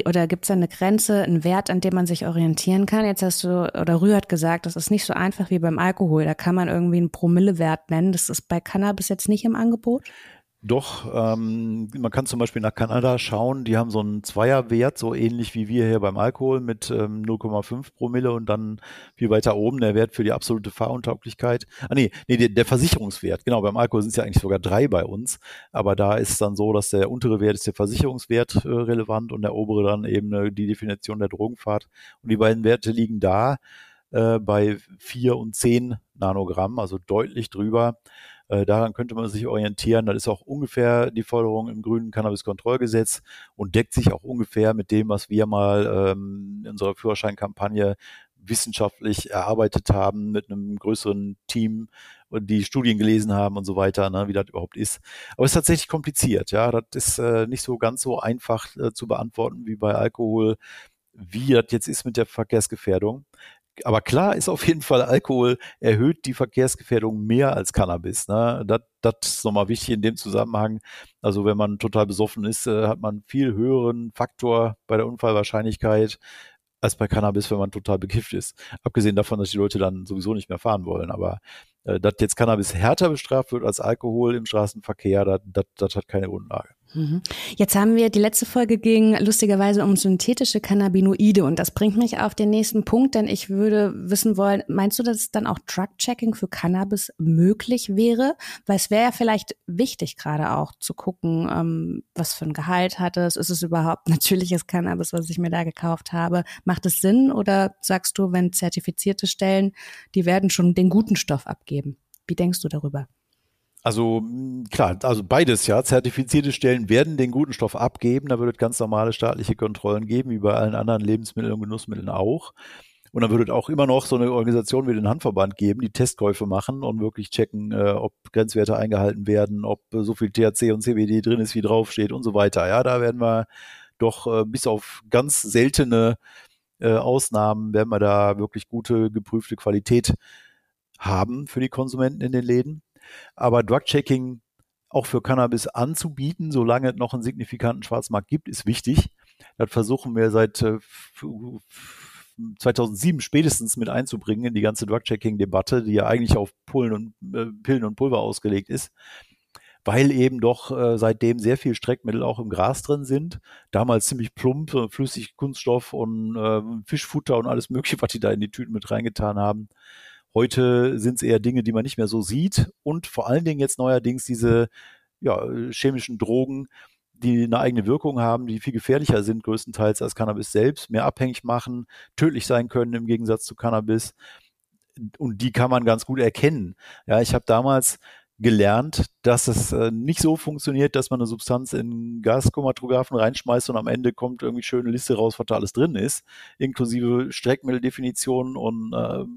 Grenze, einen Wert, an dem man sich orientieren kann? Jetzt hast du, oder Rü hat gesagt, das ist nicht so einfach wie beim Alkohol. Da kann man irgendwie einen Promillewert nennen. Das ist bei Cannabis jetzt nicht im Angebot? Doch, man kann zum Beispiel nach Kanada schauen, die haben so einen Zweierwert, so ähnlich wie wir hier beim Alkohol mit 0,5 Promille und dann viel weiter oben der Wert für die absolute Fahruntauglichkeit. Der Versicherungswert, genau, beim Alkohol sind es ja eigentlich sogar 3 bei uns, aber da ist dann so, dass der untere Wert ist der Versicherungswert relevant und der obere dann eben die Definition der Drogenfahrt. Und die beiden Werte liegen da bei 4 und 10 Nanogramm, also deutlich drüber. Daran könnte man sich orientieren. Das ist auch ungefähr die Forderung im grünen Cannabis-Kontrollgesetz und deckt sich auch ungefähr mit dem, was wir mal in unserer Führerscheinkampagne wissenschaftlich erarbeitet haben mit einem größeren Team und die Studien gelesen haben und so weiter, ne, wie das überhaupt ist. Aber es ist tatsächlich kompliziert. Ja, das ist nicht so ganz so einfach zu beantworten wie bei Alkohol, wie das jetzt ist mit der Verkehrsgefährdung. Aber klar ist auf jeden Fall, Alkohol erhöht die Verkehrsgefährdung mehr als Cannabis. Ne? Das ist nochmal wichtig in dem Zusammenhang. Also wenn man total besoffen ist, hat man einen viel höheren Faktor bei der Unfallwahrscheinlichkeit als bei Cannabis, wenn man total bekifft ist. Abgesehen davon, dass die Leute dann sowieso nicht mehr fahren wollen. Aber dass jetzt Cannabis härter bestraft wird als Alkohol im Straßenverkehr, das hat keine Grundlage. Jetzt haben wir, die letzte Folge ging lustigerweise um synthetische Cannabinoide und das bringt mich auf den nächsten Punkt, denn ich würde wissen wollen, meinst du, dass dann auch Drug-Checking für Cannabis möglich wäre? Weil es wäre ja vielleicht wichtig, gerade auch zu gucken, was für ein Gehalt hat es, ist es überhaupt natürliches Cannabis, was ich mir da gekauft habe? Macht es Sinn oder sagst du, wenn zertifizierte Stellen, die werden schon den guten Stoff abgeben? Wie denkst du darüber? Also klar, also beides, ja. Zertifizierte Stellen werden den guten Stoff abgeben. Da wird es ganz normale staatliche Kontrollen geben, wie bei allen anderen Lebensmitteln und Genussmitteln auch. Und dann würde es auch immer noch so eine Organisation wie den Handverband geben, die Testkäufe machen und wirklich checken, ob Grenzwerte eingehalten werden, ob so viel THC und CBD drin ist, wie draufsteht und so weiter. Ja, da werden wir doch bis auf ganz seltene Ausnahmen, werden wir da wirklich gute, geprüfte Qualität haben für die Konsumenten in den Läden. Aber Drug-Checking auch für Cannabis anzubieten, solange es noch einen signifikanten Schwarzmarkt gibt, ist wichtig. Das versuchen wir seit 2007 spätestens mit einzubringen in die ganze Drug-Checking-Debatte, die ja eigentlich auf Pillen und Pulver ausgelegt ist, weil eben doch seitdem sehr viel Streckmittel auch im Gras drin sind. Damals ziemlich plump, flüssig Kunststoff und Fischfutter und alles Mögliche, was die da in die Tüten mit reingetan haben. Heute sind es eher Dinge, die man nicht mehr so sieht und vor allen Dingen jetzt neuerdings diese chemischen Drogen, die eine eigene Wirkung haben, die viel gefährlicher sind größtenteils als Cannabis selbst, mehr abhängig machen, tödlich sein können im Gegensatz zu Cannabis. Und die kann man ganz gut erkennen. Ja, ich habe damals gelernt, dass es nicht so funktioniert, dass man eine Substanz in Gaschromatographen reinschmeißt und am Ende kommt irgendwie schöne Liste raus, was da alles drin ist, inklusive Streckmitteldefinitionen und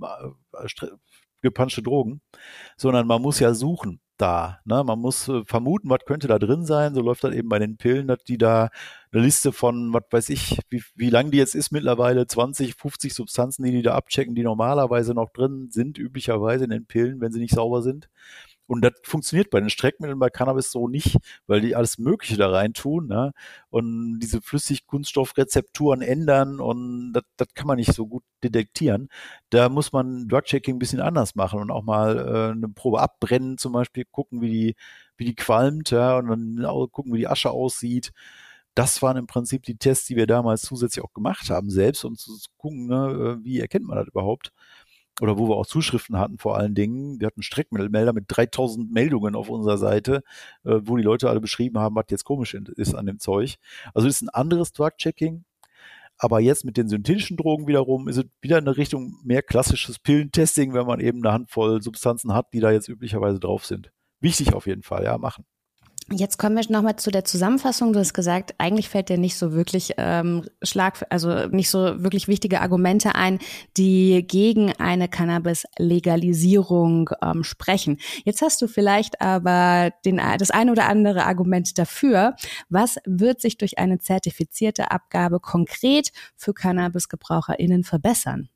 gepanschte Drogen, sondern man muss ja suchen da. Ne? Man muss vermuten, was könnte da drin sein. So läuft das eben bei den Pillen, dass die da eine Liste von, was weiß ich, wie lang die jetzt ist mittlerweile, 20, 50 Substanzen, die da abchecken, die normalerweise noch drin sind, üblicherweise in den Pillen, wenn sie nicht sauber sind. Und das funktioniert bei den Streckmitteln, bei Cannabis so nicht, weil die alles Mögliche da rein tun, ne? Und diese Flüssigkunststoffrezepturen ändern und das kann man nicht so gut detektieren. Da muss man Drug-Checking ein bisschen anders machen und auch mal eine Probe abbrennen, zum Beispiel gucken, wie die qualmt, ja, und dann gucken, wie die Asche aussieht. Das waren im Prinzip die Tests, die wir damals zusätzlich auch gemacht haben, selbst, um zu gucken, ne, wie erkennt man das überhaupt? Oder wo wir auch Zuschriften hatten vor allen Dingen. Wir hatten Streckmittelmelder mit 3000 Meldungen auf unserer Seite, wo die Leute alle beschrieben haben, was jetzt komisch ist an dem Zeug. Also das ist ein anderes Drug-Checking. Aber jetzt mit den synthetischen Drogen wiederum ist es wieder in eine Richtung mehr klassisches Pillentesting, wenn man eben eine Handvoll Substanzen hat, die da jetzt üblicherweise drauf sind. Wichtig auf jeden Fall, ja, machen. Jetzt kommen wir nochmal zu der Zusammenfassung. Du hast gesagt, eigentlich fällt dir nicht so wirklich also nicht so wirklich wichtige Argumente ein, die gegen eine Cannabis-Legalisierung sprechen. Jetzt hast du vielleicht aber das ein oder andere Argument dafür. Was wird sich durch eine zertifizierte Abgabe konkret für Cannabis-GebraucherInnen verbessern?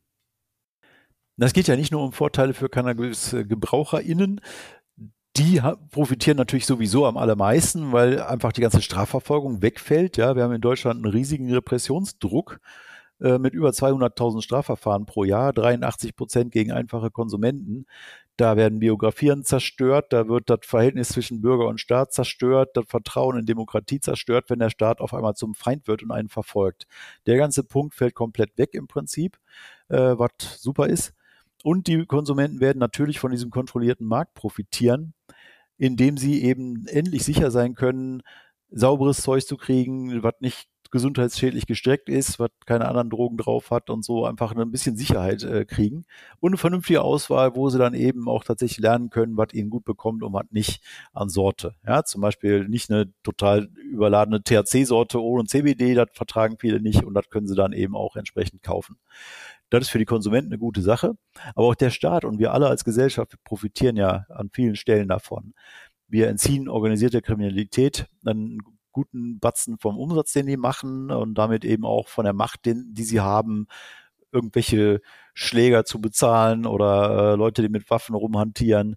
Das geht ja nicht nur um Vorteile für Cannabis-GebraucherInnen. Die profitieren natürlich sowieso am allermeisten, weil einfach die ganze Strafverfolgung wegfällt. Ja, wir haben in Deutschland einen riesigen Repressionsdruck mit über 200.000 Strafverfahren pro Jahr, 83% gegen einfache Konsumenten. Da werden Biografien zerstört, da wird das Verhältnis zwischen Bürger und Staat zerstört, das Vertrauen in Demokratie zerstört, wenn der Staat auf einmal zum Feind wird und einen verfolgt. Der ganze Punkt fällt komplett weg im Prinzip, was super ist. Und die Konsumenten werden natürlich von diesem kontrollierten Markt profitieren, indem sie eben endlich sicher sein können, sauberes Zeug zu kriegen, was nicht gesundheitsschädlich gestreckt ist, was keine anderen Drogen drauf hat und so einfach ein bisschen Sicherheit kriegen. Und eine vernünftige Auswahl, wo sie dann eben auch tatsächlich lernen können, was ihnen gut bekommt und was nicht an Sorte. Ja, zum Beispiel nicht eine total überladene THC-Sorte ohne CBD, das vertragen viele nicht und das können sie dann eben auch entsprechend kaufen. Das ist für die Konsumenten eine gute Sache, aber auch der Staat und wir alle als Gesellschaft profitieren ja an vielen Stellen davon. Wir entziehen organisierte Kriminalität einen guten Batzen vom Umsatz, den die machen und damit eben auch von der Macht, die sie haben, irgendwelche Schläger zu bezahlen oder Leute, die mit Waffen rumhantieren.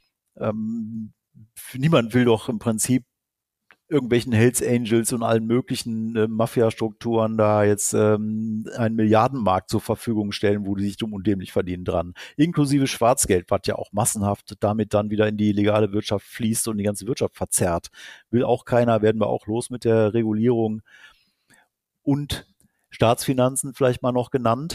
Niemand will doch im Prinzip irgendwelchen Hells Angels und allen möglichen Mafia-Strukturen da jetzt einen Milliardenmarkt zur Verfügung stellen, wo die sich dumm und dämlich verdienen dran. Inklusive Schwarzgeld, was ja auch massenhaft damit dann wieder in die legale Wirtschaft fließt und die ganze Wirtschaft verzerrt. Will auch keiner, werden wir auch los mit der Regulierung. Und Staatsfinanzen vielleicht mal noch genannt.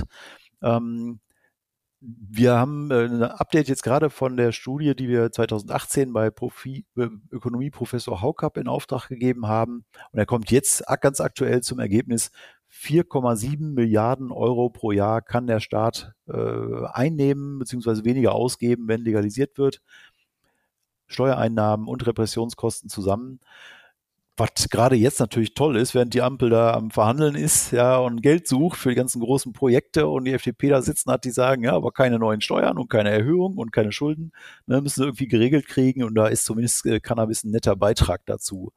Wir haben ein Update jetzt gerade von der Studie, die wir 2018 bei Ökonomieprofessor Haukapp in Auftrag gegeben haben. Und er kommt jetzt ganz aktuell zum Ergebnis, 4,7 Milliarden Euro pro Jahr kann der Staat einnehmen bzw. weniger ausgeben, wenn legalisiert wird. Steuereinnahmen und Repressionskosten zusammen. Was gerade jetzt natürlich toll ist, während die Ampel da am Verhandeln ist, ja, und Geld sucht für die ganzen großen Projekte und die FDP da sitzen hat, die sagen, ja, aber keine neuen Steuern und keine Erhöhung und keine Schulden, ne, müssen sie irgendwie geregelt kriegen und da ist zumindest Cannabis ein netter Beitrag dazu.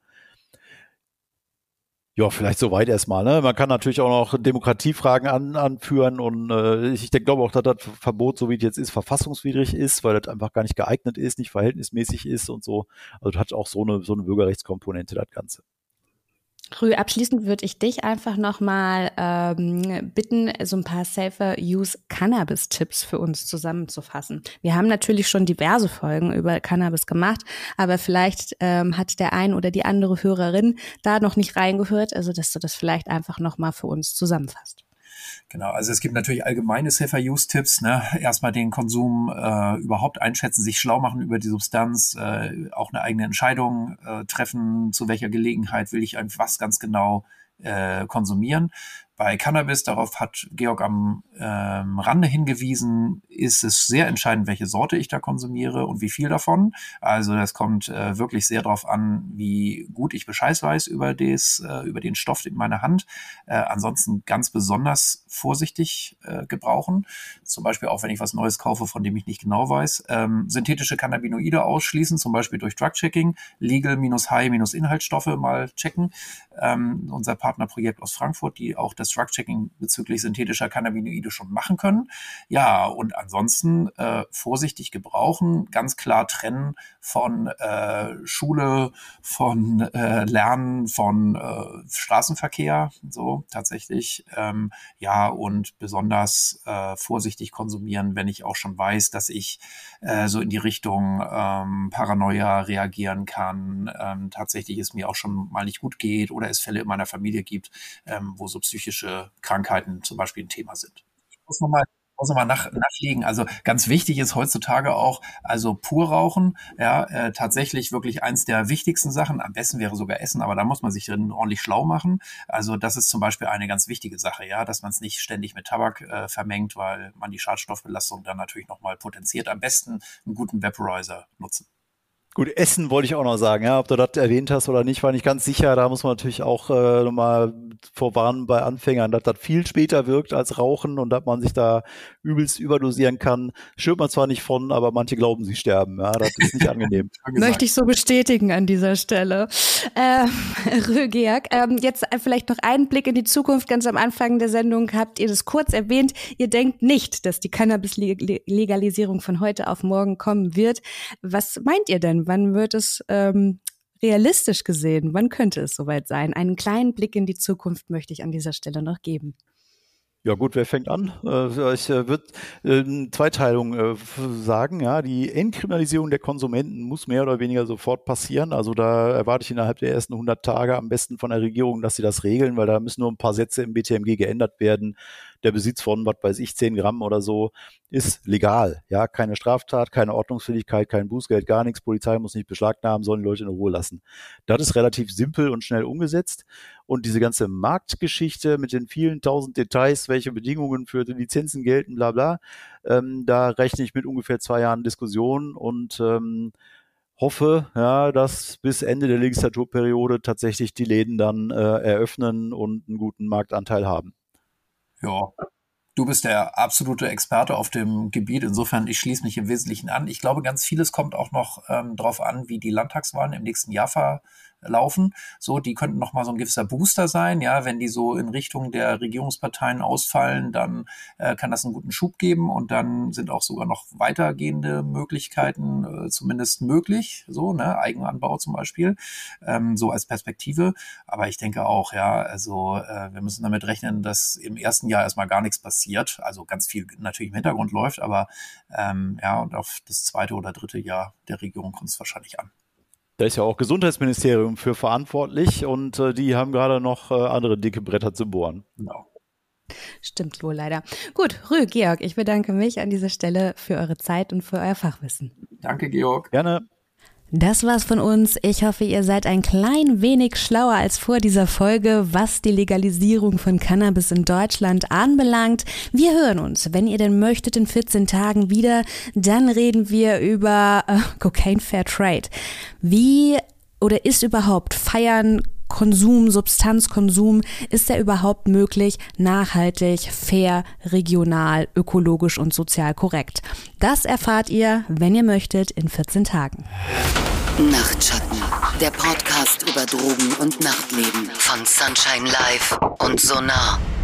Ja, vielleicht soweit erstmal. Ne? Man kann natürlich auch noch Demokratiefragen anführen und ich glaube auch, dass das Verbot, so wie es jetzt ist, verfassungswidrig ist, weil das einfach gar nicht geeignet ist, nicht verhältnismäßig ist und so. Also das hat auch so eine Bürgerrechtskomponente, das Ganze. Rü, abschließend würde ich dich einfach nochmal bitten, so ein paar Safer-Use-Cannabis-Tipps für uns zusammenzufassen. Wir haben natürlich schon diverse Folgen über Cannabis gemacht, aber vielleicht hat der ein oder die andere Hörerin da noch nicht reingehört, also dass du das vielleicht einfach nochmal für uns zusammenfasst. Genau, also es gibt natürlich allgemeine Safer-Use-Tipps, ne? Erstmal den Konsum überhaupt einschätzen, sich schlau machen über die Substanz, auch eine eigene Entscheidung treffen, zu welcher Gelegenheit will ich was ganz genau konsumieren. Bei Cannabis, darauf hat Georg am Rande hingewiesen, ist es sehr entscheidend, welche Sorte ich da konsumiere und wie viel davon. Also das kommt wirklich sehr darauf an, wie gut ich Bescheid weiß über den Stoff in meiner Hand. Ansonsten ganz besonders vorsichtig gebrauchen. Zum Beispiel auch, wenn ich was Neues kaufe, von dem ich nicht genau weiß. Synthetische Cannabinoide ausschließen, zum Beispiel durch Drug-Checking. Legal-High-Inhaltsstoffe mal checken. Unser Partnerprojekt aus Frankfurt, die auch das Drug-Checking bezüglich synthetischer Cannabinoide schon machen können. Ja, und ansonsten vorsichtig gebrauchen, ganz klar trennen von Schule, von Lernen, von Straßenverkehr, so tatsächlich. Ja, und besonders vorsichtig konsumieren, wenn ich auch schon weiß, dass ich so in die Richtung Paranoia reagieren kann, tatsächlich es mir auch schon mal nicht gut geht oder es Fälle in meiner Familie gibt, wo so psychische Krankheiten zum Beispiel ein Thema sind. Ich muss nochmal nachlegen. Also ganz wichtig ist heutzutage auch, also pur rauchen, ja, tatsächlich wirklich eins der wichtigsten Sachen. Am besten wäre sogar Essen, aber da muss man sich drin ordentlich schlau machen. Also das ist zum Beispiel eine ganz wichtige Sache, ja, dass man es nicht ständig mit Tabak vermengt, weil man die Schadstoffbelastung dann natürlich nochmal potenziert. Am besten einen guten Vaporizer nutzen. Gut, Essen wollte ich auch noch sagen, ja, ob du das erwähnt hast oder nicht, war nicht ganz sicher. Da muss man natürlich auch nochmal vorwarnen bei Anfängern, dass das viel später wirkt als Rauchen und dass man sich da übelst überdosieren kann. Stirbt man zwar nicht von, aber manche glauben, sie sterben. Ja, das ist nicht angenehm. Möchte ich so bestätigen an dieser Stelle. Georg, jetzt vielleicht noch einen Blick in die Zukunft. Ganz am Anfang der Sendung habt ihr das kurz erwähnt. Ihr denkt nicht, dass die Cannabis-Legalisierung von heute auf morgen kommen wird. Was meint ihr denn? Wann wird es realistisch gesehen? Wann könnte es soweit sein? Einen kleinen Blick in die Zukunft möchte ich an dieser Stelle noch geben. Ja gut, wer fängt an? Ich würde Zweiteilung sagen. Ja, die Entkriminalisierung der Konsumenten muss mehr oder weniger sofort passieren. Also da erwarte ich innerhalb der ersten 100 Tage am besten von der Regierung, dass sie das regeln, weil da müssen nur ein paar Sätze im BTMG geändert werden. Der Besitz von, was weiß ich, 10 Gramm oder so ist legal. Ja, keine Straftat, keine Ordnungsfähigkeit, kein Bußgeld, gar nichts. Polizei muss nicht beschlagnahmen, sollen die Leute in Ruhe lassen. Das ist relativ simpel und schnell umgesetzt. Und diese ganze Marktgeschichte mit den vielen tausend Details, welche Bedingungen für die Lizenzen gelten, bla bla, da rechne ich mit ungefähr 2 Jahren Diskussion und hoffe, ja, dass bis Ende der Legislaturperiode tatsächlich die Läden dann eröffnen und einen guten Marktanteil haben. Ja, du bist der absolute Experte auf dem Gebiet. Insofern, ich schließe mich im Wesentlichen an. Ich glaube, ganz vieles kommt auch noch drauf an, wie die Landtagswahlen im nächsten Jahr verlaufen. So, die könnten noch mal so ein gewisser Booster sein. Ja, wenn die so in Richtung der Regierungsparteien ausfallen, dann kann das einen guten Schub geben und dann sind auch sogar noch weitergehende Möglichkeiten zumindest möglich. So, ne, Eigenanbau zum Beispiel, so als Perspektive. Aber ich denke auch, ja, also wir müssen damit rechnen, dass im ersten Jahr erstmal gar nichts passiert. Also ganz viel natürlich im Hintergrund läuft, aber ja, und auf das zweite oder dritte Jahr der Regierung kommt es wahrscheinlich an. Da ist ja auch Gesundheitsministerium für verantwortlich und die haben gerade noch andere dicke Bretter zu bohren. Genau. Stimmt wohl leider. Gut, Georg, ich bedanke mich an dieser Stelle für eure Zeit und für euer Fachwissen. Danke, Georg. Gerne. Das war's von uns. Ich hoffe, ihr seid ein klein wenig schlauer als vor dieser Folge, was die Legalisierung von Cannabis in Deutschland anbelangt. Wir hören uns, wenn ihr denn möchtet, in 14 Tagen wieder. Dann reden wir über Cocaine Fair Trade. Wie oder ist überhaupt Feiern, Konsum, Substanzkonsum, ist der überhaupt möglich, nachhaltig, fair, regional, ökologisch und sozial korrekt? Das erfahrt ihr, wenn ihr möchtet, in 14 Tagen. Nachtschatten, der Podcast über Drogen und Nachtleben von Sunshine Live und Sonar.